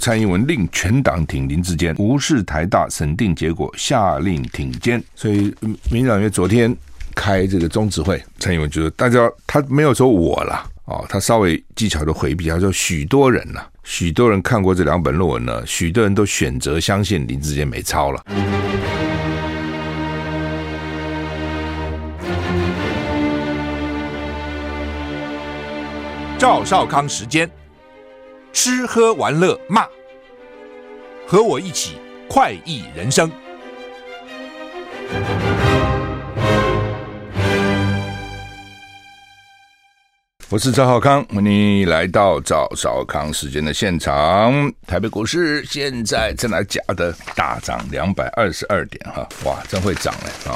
蔡英文令全党挺林智坚，无视台大审定结果，下令挺监。所以民进党因为昨天开这个中执会，蔡英文就是大家他没有说我啦，他稍微技巧的回避，他说许多人啦，许多人看过这2本论文呢，许多人都选择相信林智坚没抄了。 赵少康时间，吃喝玩乐骂，和我一起快意人生。 我是赵少康，欢迎来到赵少康时间的现场。台北股市现在正来假的大涨222点哈，哇，真会涨涨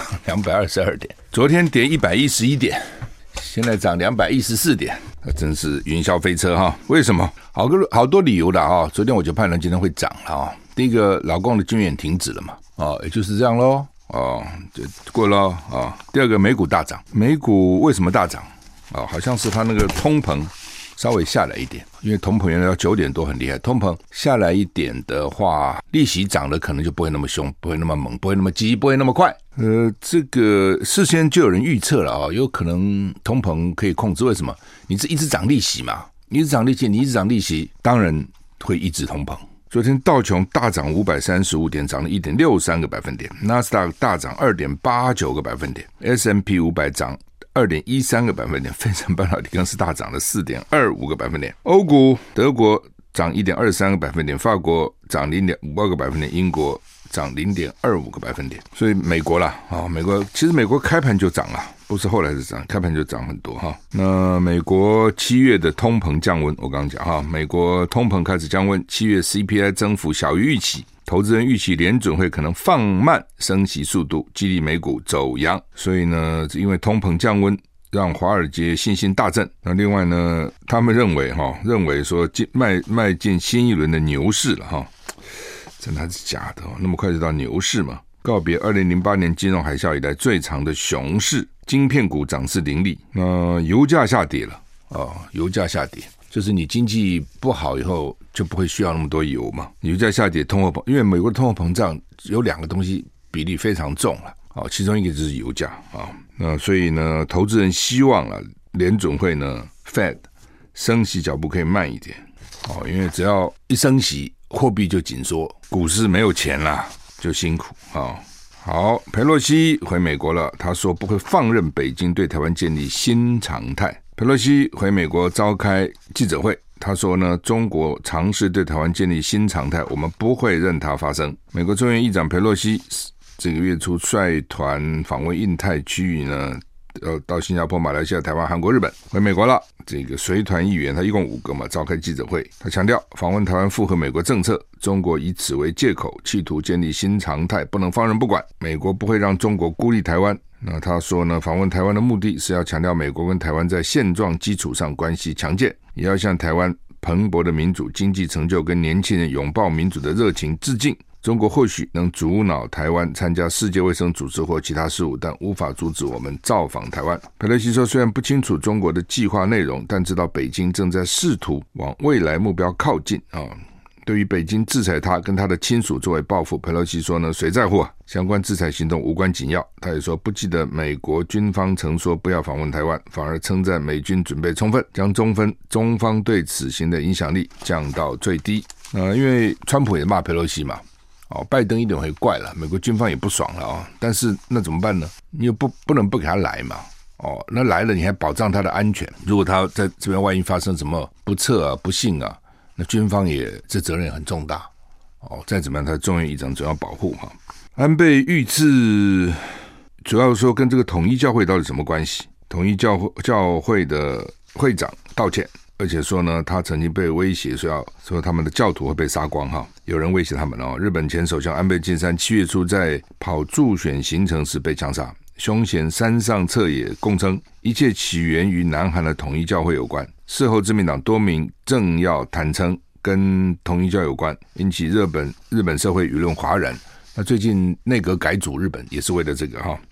222点，昨天跌111点。现在涨214点，真是云霄飞车哈！为什么？好多理由的哈。昨天我就判断今天会涨了哈。第一个，老共的军演停止了嘛，也就是这样咯，就过了啊。第二个，美股大涨，美股为什么大涨？好像是它那个通膨稍微下来一点，因为通膨原来要9点多很厉害，通膨下来一点的话，利息涨了可能就不会那么凶，不会那么猛，不会那么急，不会那么快。这个事先就有人预测了有可能通膨可以控制。为什么？你是一直涨利息嘛，你一直涨利息，当然会抑制通膨。昨天道琼大涨535点，涨了 1.63 个百分点，纳斯达克大涨 2.89 个百分点， S&P 500涨2.13 个百分点，费城半导体更是大涨了 4.25 个百分点。欧股，德国涨 1.23 个百分点，法国涨 0.52 个百分点，英国涨 0.25 个百分点。所以美国啦，其实美国开盘就涨了，不是后来是涨，开盘就涨很多哈。那美国7月的通膨降温，我刚刚讲哈，美国通膨开始降温，7月 CPI 增幅小于预期，投资人预期联准会可能放慢升息速度，激励美股走阳。所以呢，因为通膨降温，让华尔街信心大振。那另外呢，他们认为说迈进新一轮的牛市了哈，真的还是假的那么快就到牛市嘛？告别2008年金融海啸以来最长的熊市，晶片股涨势凌厉。那油价下跌了油价下跌。就是你经济不好以后就不会需要那么多油嘛，油价下跌，通货膨，因为美国的通货膨胀有2个东西比例非常重了其中一个就是油价那所以呢，投资人希望联准会呢 Fed 升息脚步可以慢一点因为只要一升息，货币就紧缩，股市没有钱啦，就辛苦好，裴洛西回美国了，他说不会放任北京对台湾建立新常态。裴洛西回美国召开记者会，他说呢，中国尝试对台湾建立新常态，我们不会任它发生。美国众议院议长裴洛西这个月初率团访问印太区域呢，到新加坡、马来西亚、台湾、韩国、日本，回美国了。这个随团议员他一共5个嘛，召开记者会，他强调访问台湾符合美国政策，中国以此为借口企图建立新常态，不能放任不管，美国不会让中国孤立台湾。那他说呢，访问台湾的目的是要强调美国跟台湾在现状基础上关系强健，也要向台湾蓬勃的民主经济成就跟年轻人拥抱民主的热情致敬。中国或许能阻挠台湾参加世界卫生组织或其他事务，但无法阻止我们造访台湾。裴洛西说，虽然不清楚中国的计划内容，但知道北京正在试图往未来目标靠近对于北京制裁他跟他的亲属作为报复，裴洛西说呢，谁在乎相关制裁行动无关紧要。他也说不记得美国军方曾说不要访问台湾，反而称赞美军准备充分，将中方对此行的影响力降到最低。因为川普也骂裴洛西嘛，拜登一定会怪了，美国军方也不爽了但是那怎么办呢？你又不能不给他来嘛那来了你还保障他的安全，如果他在这边万一发生什么不测不幸那军方也这责任很重大再怎么样他众议长总要保护安倍遇刺主要说跟这个统一教会到底什么关系？统一教会的会长道歉，而且说呢，他曾经被威胁说他们的教徒会被杀光有人威胁他们日本前首相安倍晋三7月初在跑助选行程时被枪杀，凶嫌山上彻也供称一切起源于南韩的统一教会有关。事后自民党多名政要坦称跟统一教有关，引起日本社会舆论哗然。那最近内阁改组日本也是为了这个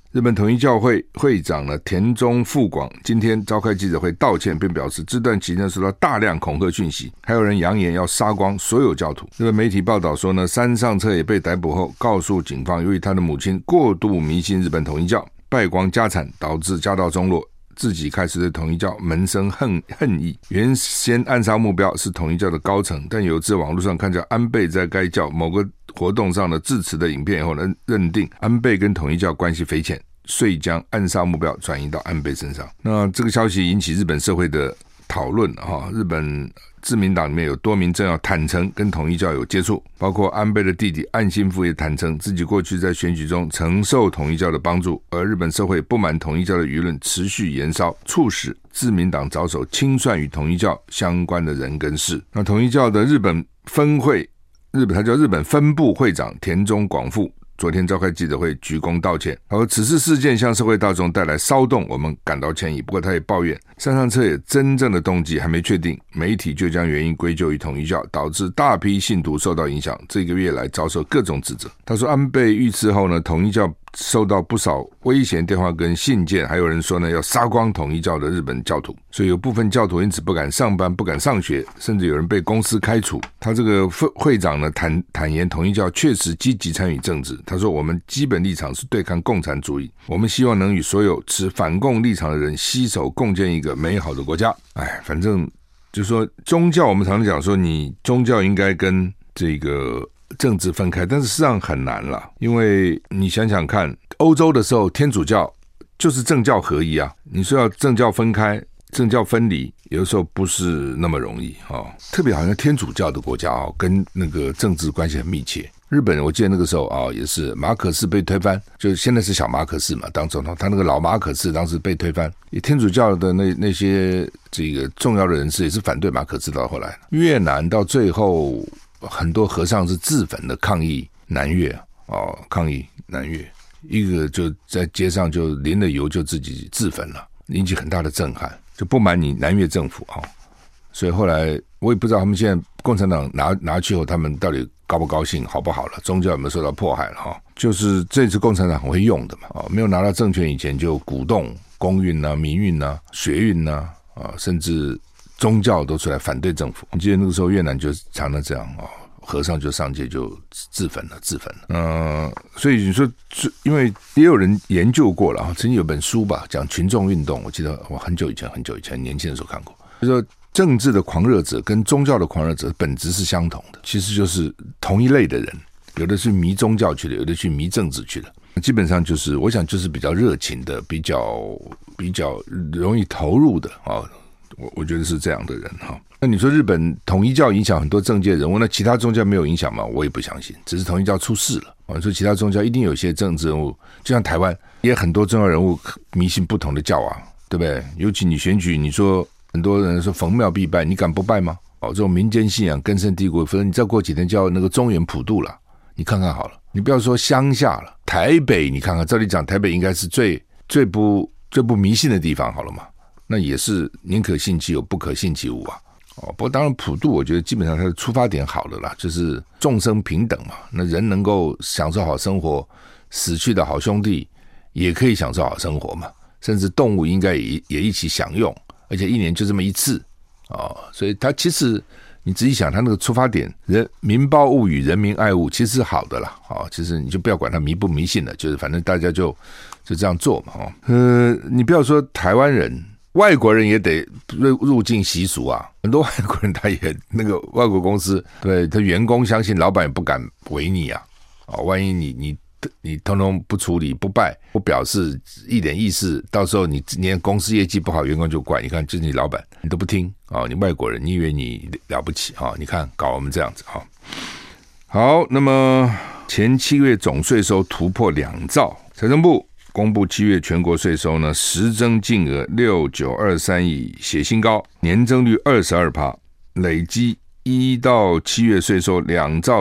日本统一教会会长呢田中富广今天召开记者会道歉，并表示这段期间收到大量恐吓讯息，还有人扬言要杀光所有教徒。日本媒体报道说呢，山上彻也被逮捕后告诉警方，由于他的母亲过度迷信日本统一教，败光家产，导致家道中落，自己开始对统一教萌生恨意。原先暗杀目标是统一教的高层，但有一次网络上看见安倍在该教某个活动上的致辞的影片以后呢，认定安倍跟统一教关系匪浅，遂将暗杀目标转移到安倍身上。那这个消息引起日本社会的讨论日本自民党里面有多名政要坦诚跟统一教有接触，包括安倍的弟弟岸信夫也坦诚自己过去在选举中曾受统一教的帮助。而日本社会不满统一教的舆论持续延烧，促使自民党着手清算与统一教相关的人跟事。那统一教的日本分会，他叫日本分部会长田中广富昨天召开记者会鞠躬道歉，而此次事件向社会大众带来骚动，我们感到歉意。不过他也抱怨山上彻也真正的动机还没确定，媒体就将原因归咎于统一教，导致大批信徒受到影响，这个月来遭受各种指责。他说安倍遇刺后呢，统一教受到不少威胁电话跟信件，还有人说呢要杀光统一教的日本教徒，所以有部分教徒因此不敢上班，不敢上学，甚至有人被公司开除。他这个会长呢坦言统一教确实积极参与政治。他说我们基本立场是对抗共产主义，我们希望能与所有持反共立场的人携手共建一个美好的国家。反正就是说宗教，我们常常讲说你宗教应该跟这个政治分开，但是事实上很难啦，因为你想想看，欧洲的时候天主教就是政教合一啊，你说要政教分开、政教分离，有的时候不是那么容易特别好像天主教的国家跟那个政治关系很密切。日本我记得那个时候也是马可仕被推翻，就现在是小马可仕嘛当总统，他那个老马可仕当时被推翻，天主教的那些这个重要的人士也是反对马可仕。到后来越南到最后很多和尚是自焚的，抗议南越抗议南越，一个就在街上就淋了油就自己自焚了，引起很大的震撼，就不满你南越政府所以后来我也不知道他们现在共产党拿去后他们到底高不高兴好不好了，宗教有没有受到迫害了就是这次共产党很会用的嘛没有拿到政权以前就鼓动公运民运学运甚至宗教都出来反对政府。你记得那个时候越南就常常这样和尚就上街就自焚了所以你说因为也有人研究过了曾经有本书吧讲群众运动，我记得我很久以前年轻的时候看过，就说政治的狂热者跟宗教的狂热者本质是相同的，其实就是同一类的人，有的是迷宗教去的，有的去迷政治去的，基本上就是我想就是比较热情的，比较容易投入的我觉得是这样的人那你说日本统一教影响很多政界人物，那其他宗教没有影响吗？我也不相信，只是统一教出事了你说其他宗教一定有一些政治人物，就像台湾也很多重要人物迷信不同的教对不对？尤其你选举，你说很多人说逢庙必拜，你敢不拜吗这种民间信仰根深蒂固，否则你再过几天就要那个中元普渡了，你看看好了，你不要说乡下了，台北你看看，照理讲台北应该是最不迷信的地方好了嘛，那也是宁可信其有不可信其无不过当然普渡我觉得基本上它的出发点好了啦，就是众生平等嘛，那人能够享受好生活，死去的好兄弟也可以享受好生活嘛，甚至动物应该也一起享用，而且一年就这么一次所以它其实你仔细想，它那个出发点民报物语，人民爱物，其实是好的啦其实你就不要管它迷不迷信了，就是反正大家就这样做嘛你不要说台湾人，外国人也得入境习俗很多外国人他也那个外国公司对他员工相信老板也不敢违你万一你通通不处理不拜不表示一点意思，到时候你连公司业绩不好员工就怪，你看就是你老板你都不听你外国人你以为你了不起你看搞我们这样子好，那么前7个月总税收突破2兆，财政部公布7月全国税收呢实征净额6923亿，写新高，年增率 22%， 累积1到7月税收2兆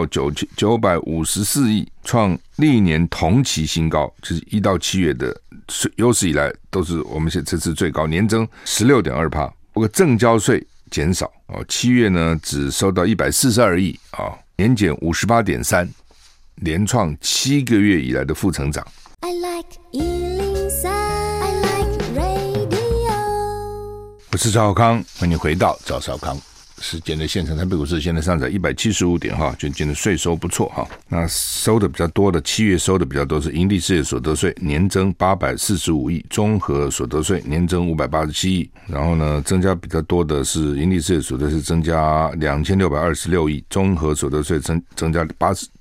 954亿，创历年同期新高，就是1到7月的有史以来都是我们这次最高，年增 16.2%。 不过正交税减少7月呢只收到142亿年减 58.3%， 连创7个月以来的负成长。 I like 103, I like radio。 我是赵少康，欢迎回到赵少康时间的现场。台北股市现在上涨175点哈，就今天税收不错哈。那收的比较多的7月收的比较多是营利事业所得税年增845亿，综合所得税年增587亿。然后呢，增加比较多的是营利事业所得税增加2626亿，综合所得税增加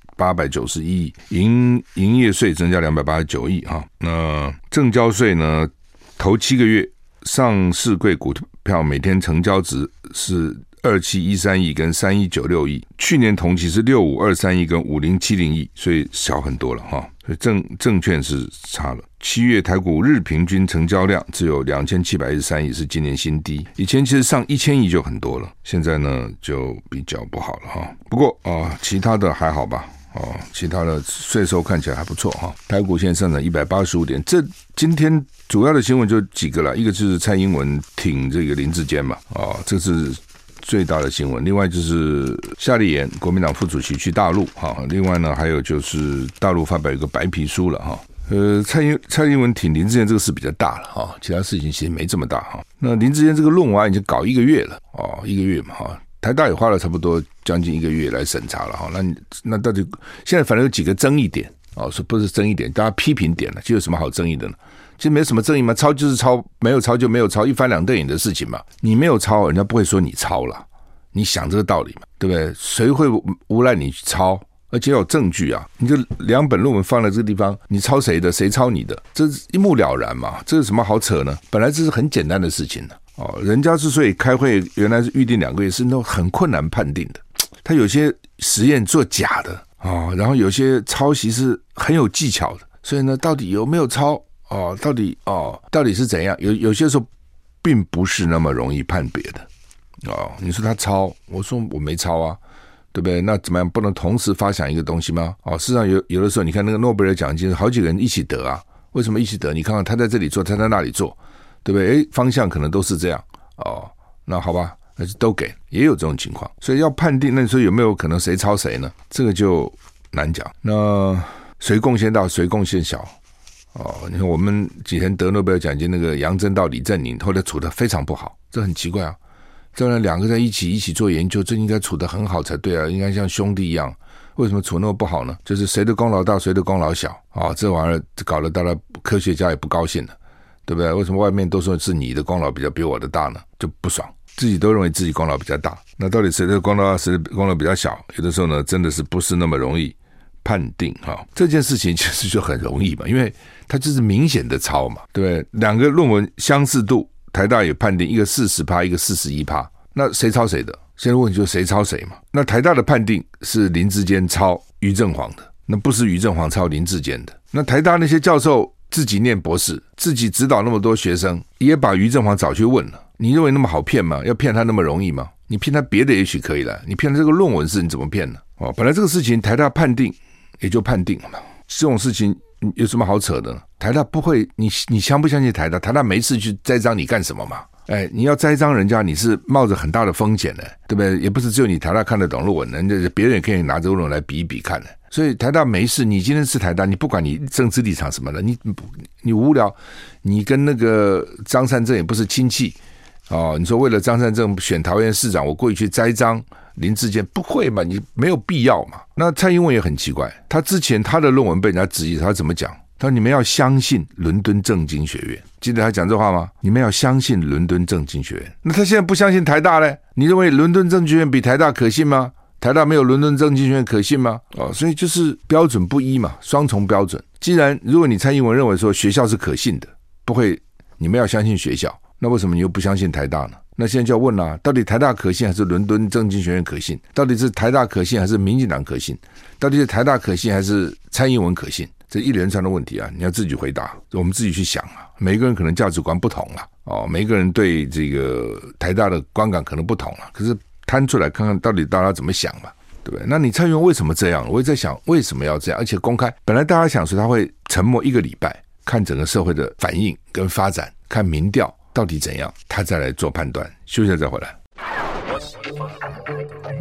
891亿，营业税增加289亿哈。那证交税呢，头7个月上市柜股票每天成交值是2713亿跟3196亿，去年同期是6523亿跟5070亿，所以小很多了哈。所以证券是差了。7月台股日平均成交量只有2713亿，是今年新低。以前其实上1000亿就很多了，现在呢就比较不好了哈。不过其他的还好吧。其他的税收看起来还不错哈。台股现在上涨185点，这今天主要的新闻就几个了，一个就是蔡英文挺这个林智坚嘛，这是最大的新闻。另外就是夏立言国民党副主席去大陆哈，另外呢还有就是大陆发表一个白皮书了哈。蔡英文挺林智坚这个事比较大了哈，其他事情其实没这么大哈。那林智坚这个论文已经搞1个月了1个月嘛哈。台大也花了差不多将近1个月来审查了哈，那到底现在反正有几个争议点说不是争议点，大家批评点了，就有什么好争议的呢？其实没什么争议嘛，抄就是抄，没有抄就没有抄，一翻两瞪眼的事情嘛。你没有抄，人家不会说你抄了，你想这个道理嘛，对不对？谁会诬赖你去抄？而且有证据啊，你就2本论文放在这个地方，你抄谁的，谁抄你的，这一目了然嘛，这有什么好扯呢？本来这是很简单的事情呢。人家之所以开会原来是预定2个月，是那种很困难判定的。他有些实验做假的然后有些抄袭是很有技巧的，所以呢，到底有没有抄到底是怎样？有些时候并不是那么容易判别的你说他抄，我说我没抄啊，对不对？那怎么样？不能同时发想一个东西吗？事实上有的时候，你看那个诺贝尔奖金，好几个人一起得啊，为什么一起得？你看看他在这里做，他在那里做。对不对？方向可能都是这样那好吧，那就都给，也有这种情况。所以要判定，那你说有没有可能谁抄谁呢？这个就难讲。那谁贡献大，谁贡献小你看我们几天得诺贝尔奖金那个杨真道、李振宁，后来处得非常不好，这很奇怪啊。这样2个在一起做研究，这应该处得很好才对啊，应该像兄弟一样。为什么处那么不好呢？就是谁的功劳大，谁的功劳小这玩意儿搞得大家科学家也不高兴了。对不对？为什么外面都说是你的功劳比我的大呢？就不爽，自己都认为自己功劳比较大，那到底谁的功劳大，谁的功劳比较小？有的时候呢，真的是不是那么容易判定这件事情其实就很容易嘛，因为它就是明显的抄嘛，对不对？2个论文相似度，台大也判定一个40%，一个41%，那谁抄谁的？现在问题就是谁抄谁嘛。那台大的判定是林智坚抄于正煌的，那不是于正煌抄林智坚的。那台大那些教授自己念博士，自己指导那么多学生，也把于正煌找去问了。你认为那么好骗吗？要骗他那么容易吗？你骗他别的也许可以了，你骗他这个论文是你怎么骗呢？本来这个事情台大判定也就判定了嘛，这种事情有什么好扯的呢？台大不会，你相不相信台大？台大没事去栽赃你干什么嘛？你要栽赃人家，你是冒着很大的风险的，对不对？也不是只有你台大看得懂论文，人家别人也可以拿这个论文来比一比看的。所以台大没事，你今天是台大，你不管你政治立场什么的，你无聊，你跟那个张善政也不是亲戚你说为了张善政选桃园市长，我过去栽赃林智坚，不会嘛？你没有必要嘛。那蔡英文也很奇怪，他之前他的论文被人家质疑，他怎么讲？他说你们要相信伦敦政经学院，记得他讲这话吗？你们要相信伦敦政经学院。那他现在不相信台大呢？你认为伦敦政经学院比台大可信吗？台大没有伦敦政经学院可信吗？所以就是标准不一嘛，双重标准。既然如果你蔡英文认为说学校是可信的，不会，你们要相信学校，那为什么你又不相信台大呢？那现在就要问啦，到底台大可信还是伦敦政经学院可信？到底是台大可信还是民进党可信？到底是台大可信还是蔡英文可信？这一连串的问题啊，你要自己回答，我们自己去想啊。每个人可能价值观不同啦，每个人对这个台大的观感可能不同啦，可是摊出来看看到底大家怎么想嘛，对不对？那你蔡英文为什么这样？我也在想为什么要这样，而且公开。本来大家想说他会沉默1个礼拜，看整个社会的反应跟发展，看民调到底怎样，他再来做判断。休息一下再回来。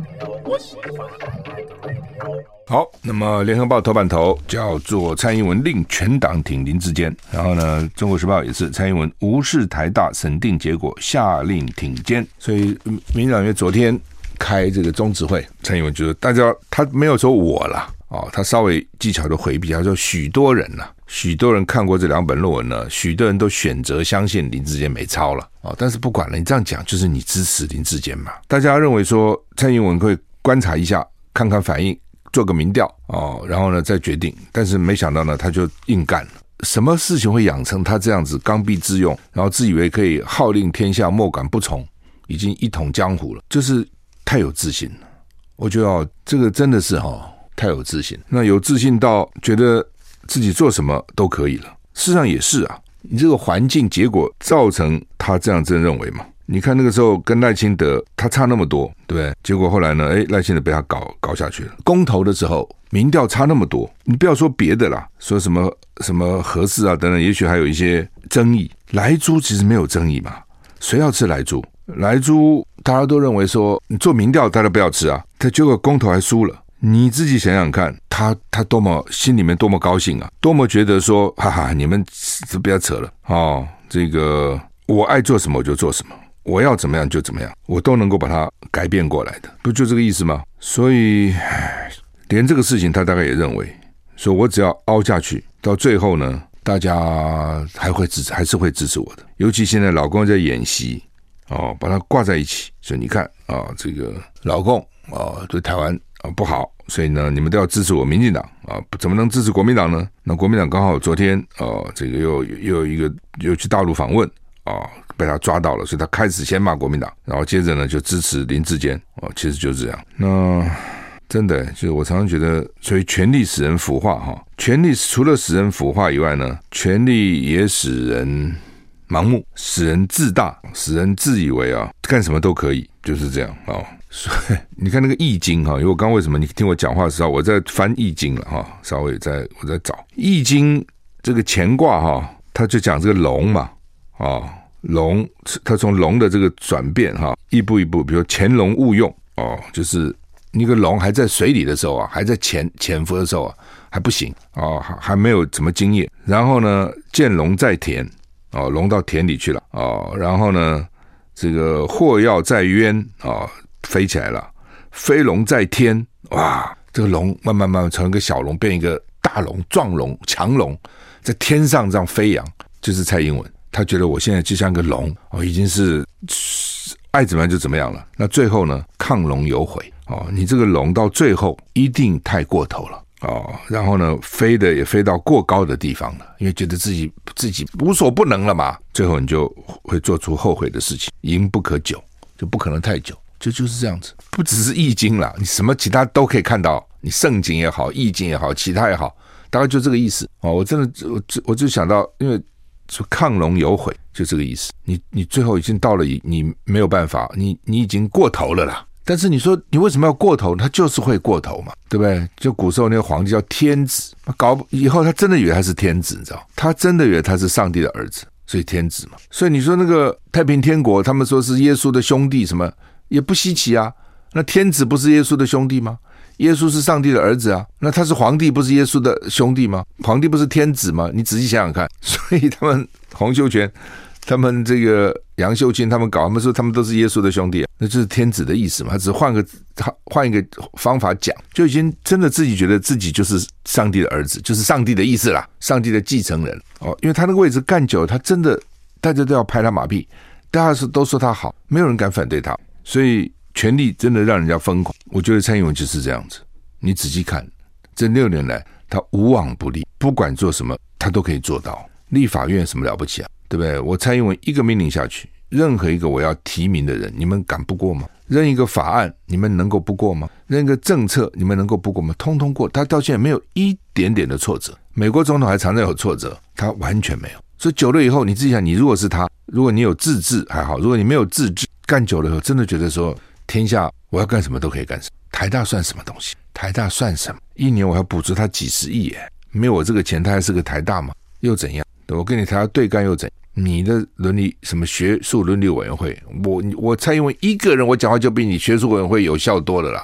好，那么联合报头版头叫做蔡英文令全党挺林智坚，然后呢中国时报也是蔡英文无视台大审定结果下令挺坚，所以民进党因为昨天开这个中执会，蔡英文觉得大家他没有说我啦他稍微技巧的回避，他说许多人看过这2本论文呢，许多人都选择相信林智坚没抄了但是不管了，你这样讲就是你支持林智坚嘛。大家认为说蔡英文会观察一下，看看反应，做个民调然后呢再决定，但是没想到呢他就硬干了。什么事情会养成他这样子刚愎自用，然后自以为可以号令天下莫敢不从，已经一统江湖了，就是太有自信了。我觉得这个真的是太有自信，那有自信到觉得自己做什么都可以了。事实上也是你这个环境结果造成他这样真认为嘛。你看那个时候跟赖清德他差那么多，对不对？结果后来呢赖清德被他搞下去了。公投的时候民调差那么多，你不要说别的啦，说什么核四等等，也许还有一些争议。莱猪其实没有争议嘛，谁要吃莱猪？莱猪大家都认为说你做民调大家不要吃他结果公投还输了。你自己想想看，他多么心里面多么高兴多么觉得说哈哈，你们不要扯了这个我爱做什么我就做什么，我要怎么样就怎么样，我都能够把它改变过来的，不就这个意思吗？所以连这个事情他大概也认为说我只要凹下去，到最后呢大家还是会支持我的。尤其现在老公在演习把它挂在一起，所以你看这个老公对台湾不好，所以呢你们都要支持我民进党怎么能支持国民党呢？那国民党刚好昨天这个又去大陆访问被他抓到了，所以他开始先骂国民党，然后接着呢就支持林智坚其实就是这样。那真的就是我常常觉得，所以权力使人腐化权力除了使人腐化以外呢，权力也使人盲目，使人自大，使人自以为干什么都可以，就是这样所以你看那个易经因为我刚为什么你听我讲话的时候我在翻易经了稍微我在找易经这个乾卦他就讲这个龙嘛龙，他从龙的这个转变一步一步，比如潜龙勿用就是那个龙还在水里的时候还在潜伏的时候还不行还没有怎么经验。然后呢见龙在田龙到田里去了然后呢这个祸要在渊飞起来了，飞龙在天，哇，这个龙慢慢从一个小龙变一个大龙、壮龙、强龙，在天上这样飞扬，就是蔡英文。他觉得我现在就像个龙已经是爱怎么样就怎么样了。那最后呢，亢龙有悔你这个龙到最后一定太过头了然后呢飞的也飞到过高的地方了，因为觉得自己无所不能了嘛，最后你就会做出后悔的事情，赢不可久，就不可能太久，就是这样子。不只是易经啦，你什么其他都可以看到，你圣经也好，易经也好，其他也好，大概就这个意思我真的我就想到，因为说亢龙有悔就这个意思，你最后已经到了你没有办法，你已经过头了啦。但是你说你为什么要过头？他就是会过头嘛，对不对？就古时候那个皇帝叫天子，搞以后他真的以为他是天子，你知道，他真的以为他是上帝的儿子，所以天子嘛。所以你说那个太平天国，他们说是耶稣的兄弟，什么也不稀奇啊。那天子不是耶稣的兄弟吗？耶稣是上帝的儿子那他是皇帝，不是耶稣的兄弟吗？皇帝不是天子吗？你仔细想想看。所以他们洪秀全，他们这个杨秀清，他们说他们都是耶稣的兄弟那就是天子的意思嘛。他只是换一个方法讲，就已经真的自己觉得自己就是上帝的儿子，就是上帝的意思啦，上帝的继承人因为他那个位置干久了，他真的大家都要拍他马屁，大家都说他好，没有人敢反对他，所以权力真的让人家疯狂。我觉得蔡英文就是这样子，你仔细看这6年来他无往不利，不管做什么他都可以做到。立法院什么了不起对不对？我蔡英文一个命令下去，任何一个我要提名的人，你们敢不过吗？任一个法案你们能够不过吗？任一个政策你们能够不过吗？通通过。他到现在没有一点点的挫折。美国总统还常常有挫折，他完全没有。所以久了以后，你自己想，你如果是他，如果你有自治还好，如果你没有自治，干久了以后真的觉得说天下我要干什么都可以干什么。台大算什么东西？台大算什么？一年我要补助他几十亿没有我这个钱他还是个台大吗？又怎样？我跟你台大对干又怎样？你的伦理什么学术伦理委员会，我蔡英文一个人我讲话就比你学术委员会有效多了啦，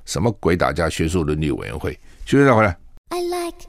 什么鬼打架学术伦理委员会？休息再回来。 I like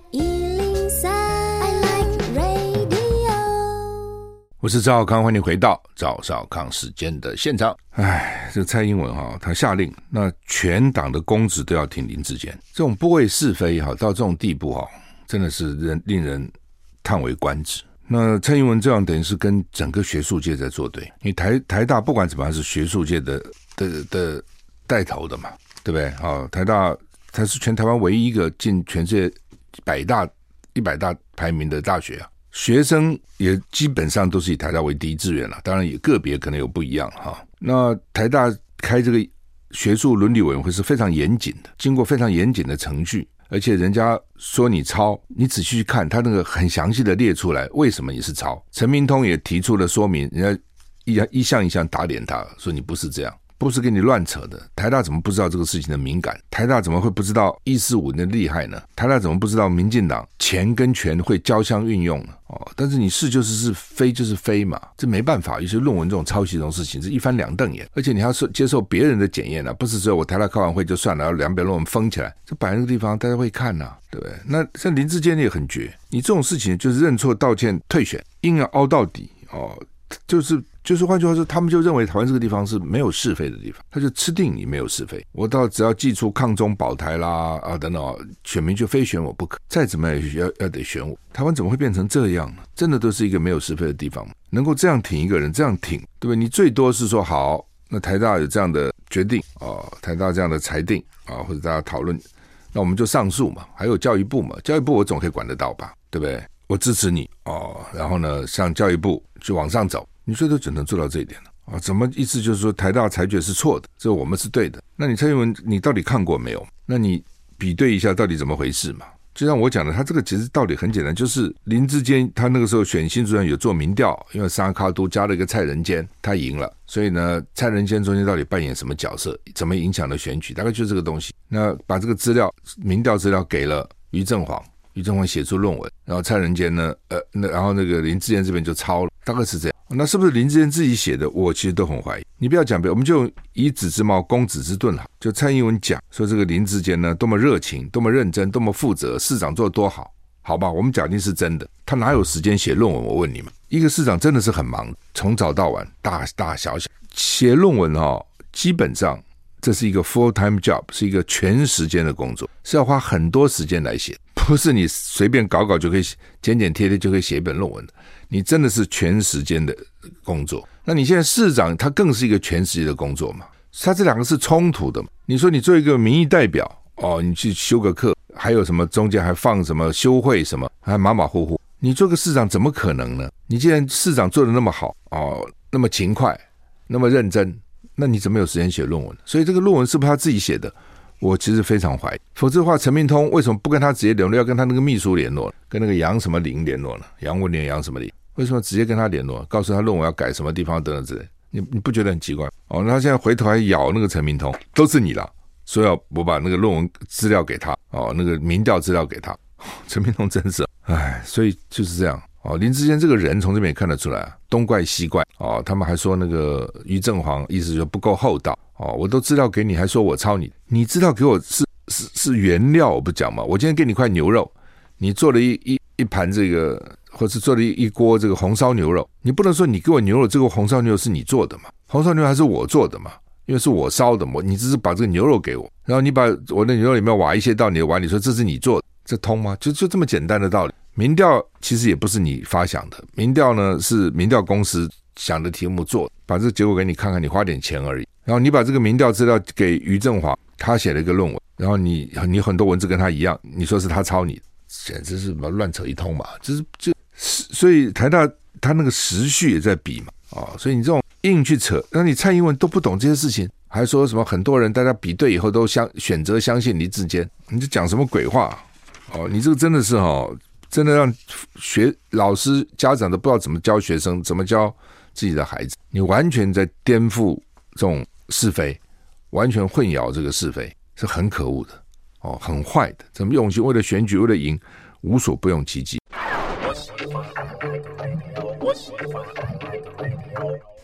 103, I like radio. 我是赵少康，欢迎回到赵少康时间的现场。这个蔡英文他下令，那全党的公职都要挺林智坚，这种不畏是非到这种地步真的是令人叹为观止。那蔡英文这样等于是跟整个学术界在作对，你台大不管怎么样是学术界的带头的嘛，对不对？台大它是全台湾唯一一个进全世界100大排名的大学啊，学生也基本上都是以台大为第一志愿了，当然也个别可能有不一样那台大开这个学术伦理委员会是非常严谨的，经过非常严谨的程序，而且人家说你抄，你仔细去看他那个很详细的列出来为什么你是抄。陈明通也提出了说明，人家一项一项打脸他，说你不是这样，不是给你乱扯的。台大怎么不知道这个事情的敏感？台大怎么会不知道145的厉害呢？台大怎么不知道民进党钱跟权会交相运用呢？但是你是就是是，非就是非嘛，这没办法。有些论文这种抄袭这种事情是一翻两瞪眼，而且你还要接受别人的检验不是只有我台大开完会就算了，要两本论文封起来，这摆在那个地方大家会看对不对？那像林智坚也很绝，你这种事情就是认错道歉退选，硬要凹到底就是换句话说，他们就认为台湾这个地方是没有是非的地方，他就吃定你没有是非。我到只要祭出抗中保台啦等等选民就非选我不可，再怎么样要得选我。台湾怎么会变成这样呢？真的都是一个没有是非的地方吗？能够这样挺一个人，这样挺，对不对？你最多是说好，那台大有这样的决定台大这样的裁定或者大家讨论，那我们就上诉嘛，还有教育部嘛，教育部我总可以管得到吧，对不对？我支持你然后呢，向教育部去往上走，你最多只能做到这一点了怎么意思就是说台大裁决是错的，这我们是对的？那你蔡英文你到底看过没有？那你比对一下到底怎么回事嘛？就像我讲的，他这个其实道理很简单，就是林智坚他那个时候选新主任有做民调，因为沙卡都加了一个蔡仁坚，他赢了，所以呢，蔡仁坚中间到底扮演什么角色，怎么影响了选举，大概就是这个东西。那把这个资料民调资料给了于正煌写出论文，然后蔡仁坚呢然后那个林智坚这边就抄了，大概是这样。那是不是林智坚自己写的？我其实都很怀疑。你不要讲别的，我们就以子之矛攻子之盾好。就蔡英文讲说这个林智坚呢多么热情，多么认真，多么负责，市长做得多好，好吧，我们假定是真的。他哪有时间写论文？我问你们，一个市长真的是很忙，从早到晚，大大小小写论文基本上这是一个 full time job， 是一个全时间的工作，是要花很多时间来写，不是你随便搞搞就可以剪剪贴贴就可以写一本论文的，你真的是全时间的工作。那你现在市长他更是一个全时间的工作嘛，他这两个是冲突的嘛。你说你做一个民意代表你去修个课，还有什么中间还放什么休会什么，还马马虎虎，你做个市长怎么可能呢？你既然市长做得那么好那么勤快，那么认真，那你怎么有时间写论文？所以这个论文是不是他自己写的？我其实非常怀疑。否则的话，陈明通为什么不跟他直接联络，要跟他那个秘书联络，跟那个杨什么林联络呢？杨文莲杨什么林，为什么直接跟他联络，告诉他论文要改什么地方等等之类？你不觉得很奇怪那他现在回头还咬那个陈明通，都是你啦，说要我把那个论文资料给他那个民调资料给他，陈明通真是所以就是这样林智坚这个人从这边也看得出来东怪西怪他们还说那个于正煌意思就不够厚道我都资料给你，还说我抄你，你资料给我是原料，我不讲嘛。我今天给你块牛肉，你做了一盘这个，或是做了一锅这个红烧牛肉，你不能说你给我牛肉，这个红烧牛肉是你做的嘛？红烧牛肉还是我做的嘛？因为是我烧的嘛，你只是把这个牛肉给我，然后你把我的牛肉里面挖一些到你的碗里，说这是你做的，这通吗？就这么简单的道理。民调其实也不是你发想的，民调呢是民调公司想的题目做，把这个结果给你看看，你花点钱而已。然后你把这个民调资料给于正煌，他写了一个论文，然后你很多文字跟他一样，你说是他抄你，简直是乱扯一通嘛！所以台大他那个时序也在比嘛所以你这种硬去扯，那你蔡英文都不懂这些事情，还说什么很多人大家比对以后都选择相信林智坚，你这讲什么鬼话你这个真的是真的让老师家长都不知道怎么教学生，怎么教自己的孩子，你完全在颠覆这种是非，完全混淆这个是非，是很可恶的很坏的。怎么用心为了选举为了赢，无所不用其极。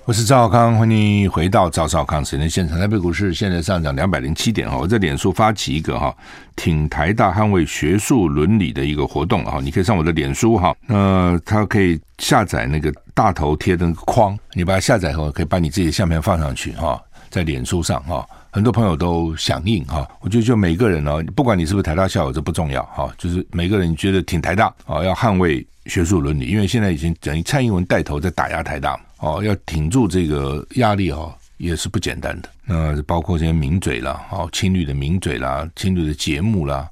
我是赵少康，欢迎回到赵少康时间现场。台北股市现在上涨207点，我在脸书发起一个挺台大捍卫学术伦理的一个活动，你可以上我的脸书，它可以下载那个大头贴的那个框，你把它下载后可以把你自己的相片放上去，在脸书上，很多朋友都响应，我觉得就每个人不管你是不是台大校友，这不重要，就是每个人觉得挺台大，要捍卫学术伦理，因为现在已经等于蔡英文带头在打压台大，要挺住这个压力，也是不简单的。那包括这些名嘴啦，青绿的名嘴啦，青绿的节目啦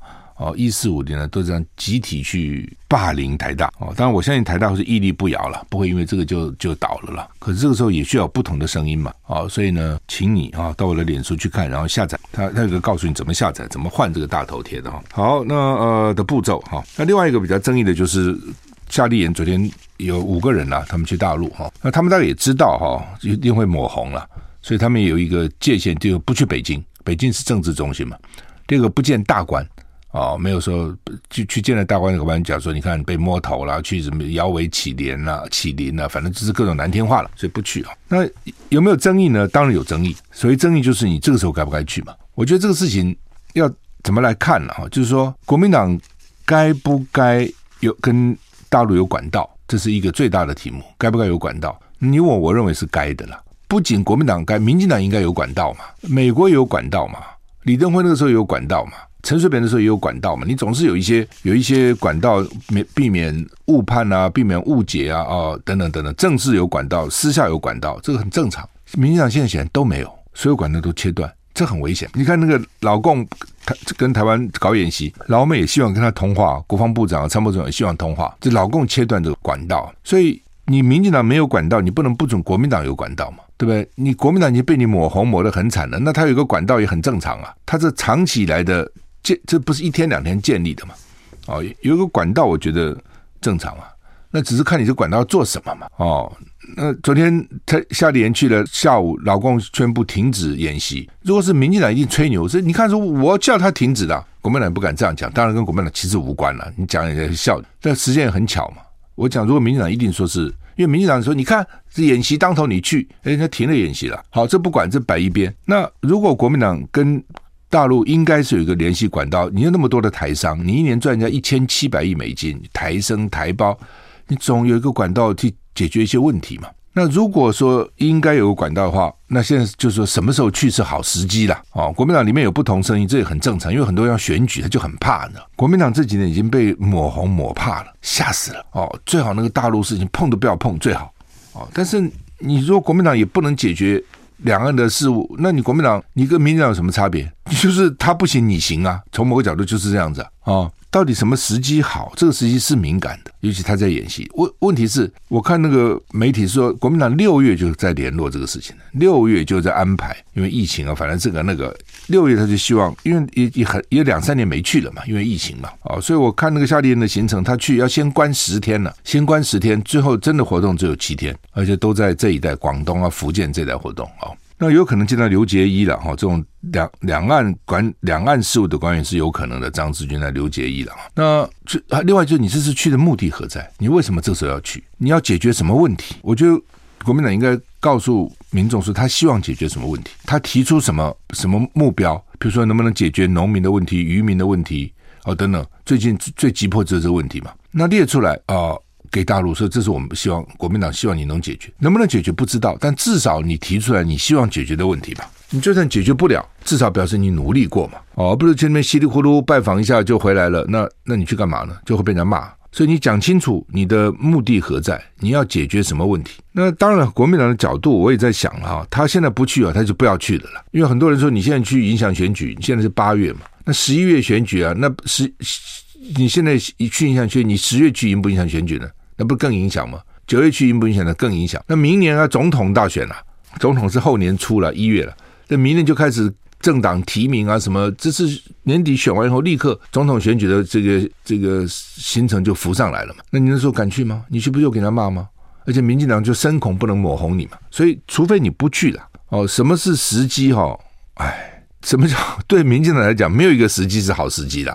，1450呢都这样集体去霸凌台大，当然我相信台大会是屹立不摇了，不会因为这个就倒了啦。可是这个时候也需要有不同的声音嘛，所以呢，请你到我的脸书去看，然后下载，它有个告诉你怎么下载，怎么换这个大头贴的。好，那的步骤那另外一个比较争议的就是夏立言昨天有5个人他们去大陆那他们大概也知道一定会抹红了，所以他们也有一个界限，就不去北京，北京是政治中心嘛。第二个不见大官没有说去见了大官，那个官讲说你看被摸头啦，去什么摇尾乞怜啦，反正就是各种难听话了，所以不去那有没有争议呢？当然有争议，所谓争议就是你这个时候该不该去嘛。我觉得这个事情要怎么来看呢？就是说国民党该不该有跟大陆有管道，这是一个最大的题目，该不该有管道？你我认为是该的啦。不仅国民党该，民进党应该有管道嘛，美国也有管道嘛，李登辉那个时候也有管道嘛，陈水扁的时候也有管道嘛，你总是有一些管道避免误判啊，避免误解啊，等等等等，政治有管道，私下有管道，这个很正常。民进党现在显然都没有，所有管道都切断，这很危险。你看那个老共跟台湾搞演习，老美也希望跟他通话，国防部长、参谋长也希望通话，这老共切断这个管道，所以你民进党没有管道，你不能不准国民党有管道嘛，对不对？你国民党已经被你抹红抹得很惨了，那他有一个管道也很正常啊，他这长期以来的这不是1天2天建立的嘛，有一个管道我觉得正常啊，那只是看你这管道要做什么嘛，那昨天夏立言去了，下午老共宣布停止演习，如果是民进党一定吹牛，所以你看说我叫他停止的，国民党不敢这样讲，当然跟国民党其实无关了，你讲人家笑，但时间也很巧嘛。我讲如果民进党一定说是，因为民进党说你看这演习当头你去，人家停了演习了，好，这不管，这摆一边。那如果国民党跟大陆应该是有一个联系管道，你有那么多的台商，你一年赚人家1700亿美金，台生台胞，你总有一个管道去解决一些问题嘛。那如果说应该有个管道的话，那现在就是说什么时候去是好时机啦。国民党里面有不同声音，这也很正常，因为很多人要选举，他就很怕呢。国民党这几年已经被抹红抹怕了，吓死了最好那个大陆事情碰都不要碰最好但是你说国民党也不能解决两岸的事务，那你国民党你跟民进党有什么差别？就是他不行你行啊，从某个角度就是这样子到底什么时机好？这个时机是敏感的，尤其他在演习。问题是我看那个媒体说国民党6月就在联络这个事情，6月就在安排，因为疫情反正这个那个6月他就希望，因为也2-3年没去了嘛，因为疫情嘛所以我看那个夏立言的行程，他去要先关10天了，先关10天，最后真的活动只有7天，而且都在这一带广东福建这一带活动那有可能见到刘捷一了这种两岸事务的官员是有可能的，张志军在刘捷一了那另外就是你这次去的目的何在？你为什么这时候要去？你要解决什么问题？我觉得国民党应该告诉民众说他希望解决什么问题，他提出什么目标，比如说能不能解决农民的问题、渔民的问题等等，最近最急迫就是这个问题嘛，那列出来给大陆说这是我们希望国民党希望你能解决，能不能解决不知道，但至少你提出来你希望解决的问题吧。你就算解决不了，至少表示你努力过嘛不是去那边稀里糊涂拜访一下就回来了，那你去干嘛呢？就会被人家骂。所以你讲清楚你的目的何在，你要解决什么问题。那当然国民党的角度我也在想了他现在不去他就不要去了啦，因为很多人说你现在去影响选举，你现在是8月嘛，那11月选举那你现在去影响选举，你10月去影不影响选举呢？那不更影响吗？9月去影不影响呢？更影响。那明年总统大选总统是后年初了，1月了，那明年就开始政党提名什么，这次年底选完以后立刻总统选举的这个行程就浮上来了嘛。那你那时候敢去吗？你去不就给他骂吗？而且民进党就深恐不能抹红你嘛，所以除非你不去了什么是时机什么叫对民进党来讲没有一个时机是好时机啦，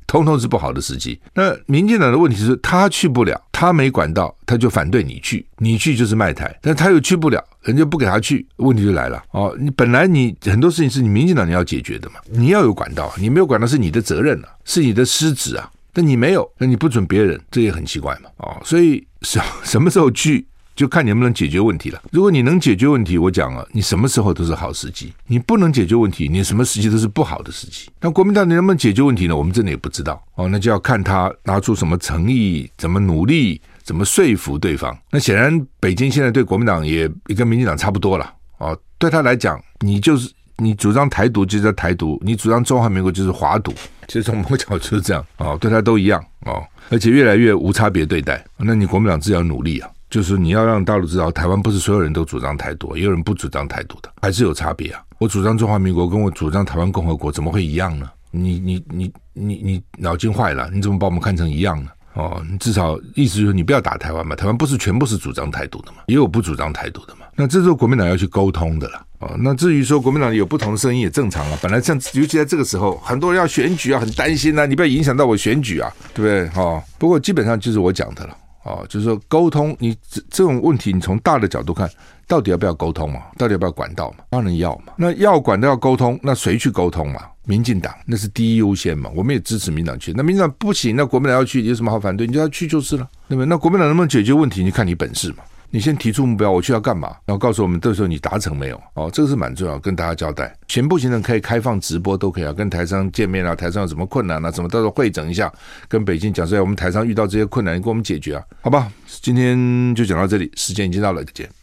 通通是不好的时机。那民进党的问题是他去不了，他没管到，他就反对你去，你去就是卖台，但他又去不了，人家不给他去，问题就来了你本来你很多事情是你民进党你要解决的嘛，你要有管道，你没有管道是你的责任是你的失职但你没有，那你不准别人，这也很奇怪嘛所以什么时候去就看你能不能解决问题了。如果你能解决问题，我讲了，你什么时候都是好时机；你不能解决问题，你什么时机都是不好的时机。那国民党你能不能解决问题呢？我们真的也不知道那就要看他拿出什么诚意，怎么努力，怎么说服对方。那显然北京现在对国民党也跟民进党差不多了对他来讲，你主张台独就是台独，你主张中华民国就是华独，其实从某个角度就是这样对他都一样而且越来越无差别对待。那你国民党自己要努力就是你要让大陆知道，台湾不是所有人都主张台独，也有人不主张台独的，还是有差别我主张中华民国跟我主张台湾共和国怎么会一样呢？你脑筋坏了，你怎么把我们看成一样呢？你至少意思就是你不要打台湾嘛，台湾不是全部是主张台独的嘛，也有不主张台独的嘛。那这时候国民党要去沟通的啦那至于说国民党有不同的声音也正常本来像尤其在这个时候，很多人要选举很担心你不要影响到我选举对不对不过基本上就是我讲的了就是说沟通，你这种问题你从大的角度看，到底要不要沟通嘛？到底要不要管道嘛？当然要嘛。那要管道要沟通，那谁去沟通嘛？民进党那是第一优先嘛，我们也支持民进党去。那民进党不行，那国民党要去，有什么好反对？你就要去就是了，对不对？那国民党能不能解决问题？你看你本事嘛。你先提出目标，我去要干嘛，然后告诉我们到时候你达成没有这个是蛮重要，跟大家交代。行不行的可以开放直播都可以跟台商见面台商有什么困难什么到时候会诊一下，跟北京讲说我们台商遇到这些困难你给我们解决好吧。今天就讲到这里，时间已经到了，再见。